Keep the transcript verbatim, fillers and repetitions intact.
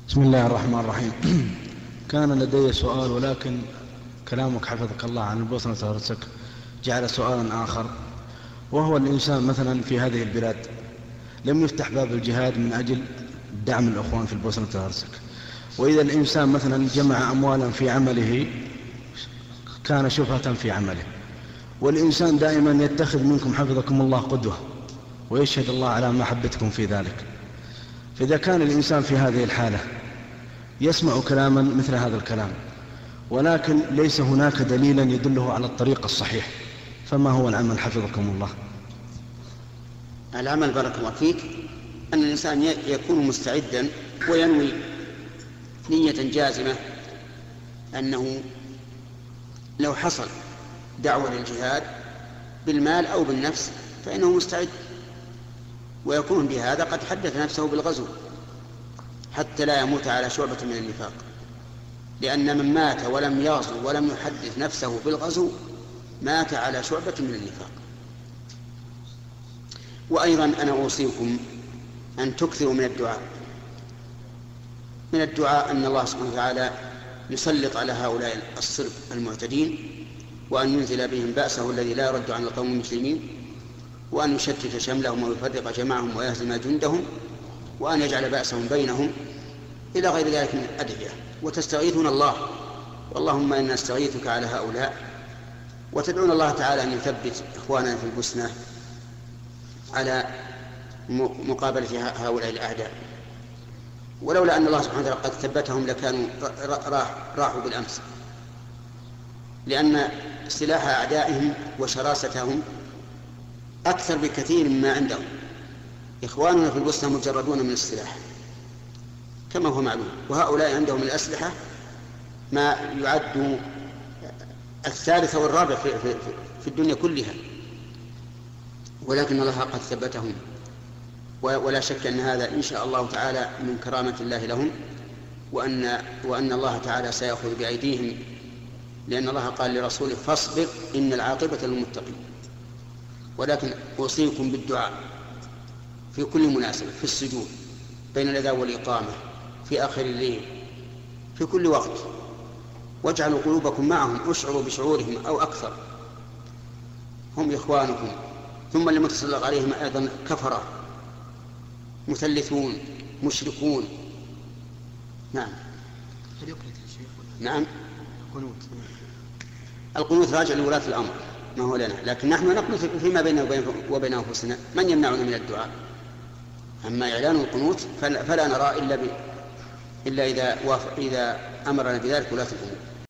بسم الله الرحمن الرحيم. كان لدي سؤال، ولكن كلامك حفظك الله عن البوسنة والهرسك جعل سؤالا آخر، وهو الإنسان مثلا في هذه البلاد لم يفتح باب الجهاد من أجل دعم الأخوان في البوسنة والهرسك، وإذا الإنسان مثلا جمع أموالا في عمله كان شبهة في عمله، والإنسان دائما يتخذ منكم حفظكم الله قدوة ويشهد الله على محبتكم في ذلك. فإذا كان الإنسان في هذه الحالة يسمع كلاما مثل هذا الكلام، ولكن ليس هناك دليلا يدله على الطريق الصحيح، فما هو العمل حفظكم الله؟ العمل بارك الله فيك أن الإنسان يكون مستعدا وينوي نية جازمة أنه لو حصل دعوة للجهاد بالمال أو بالنفس فإنه مستعد، ويكون بهذا قد حدث نفسه بالغزو حتى لا يموت على شعبة من النفاق، لأن من مات ولم يغزو ولم يحدث نفسه بالغزو مات على شعبة من النفاق. وأيضا أنا أوصيكم أن تكثروا من الدعاء من الدعاء أن الله سبحانه وتعالى يسلط على هؤلاء الصرف المعتدين، وأن ينزل بهم بأسه الذي لا يرد عن القوم المسلمين، وأن يشتت شملهم ويفرق جمعهم ويهزم جندهم، وأن يجعل بأسهم بينهم، إلى غير ذلك من الأدعية. وتستغيثون الله، اللهم إنا نستغيثك على هؤلاء، وتدعون الله تعالى أن يثبت إخواننا في البوسنة على مقابلة هؤلاء الأعداء. ولولا أن الله سبحانه وتعالى قد ثبتهم لكانوا راحوا بالأمس، لأن سلاح أعدائهم وشراستهم أكثر بكثير مما عندهم. إخواننا في البوسنة مجردون من السلاح كما هو معلوم، وهؤلاء عندهم الأسلحة ما يعد الثالث والرابع في, في, في الدنيا كلها، ولكن الله قد ثبتهم، ولا شك أن هذا إن شاء الله تعالى من كرامة الله لهم، وأن, وأن الله تعالى سيأخذ بأيديهم، لأن الله قال لرسوله فاصبر إن العاقبة للمتقين. ولكن أوصيكم بالدعاء في كل مناسبة، في السجود، بين الأذان والإقامة، في آخر الليل، في كل وقت، واجعلوا قلوبكم معهم، اشعروا بشعورهم أو أكثر، هم إخوانكم، ثم المتسلط عليهم أيضا كفرة مثلثون مشركون. نعم نعم القنوت راجع لولاة الأمر، ما هو لنا، لكن نحن نقنط فيما بيننا وبين أنفسنا، من يمنعنا من الدعاء؟ أما إعلان القنوت فلا نرى إلا, إلا إذا, إذا أمرنا بذلك ولاة الأمور.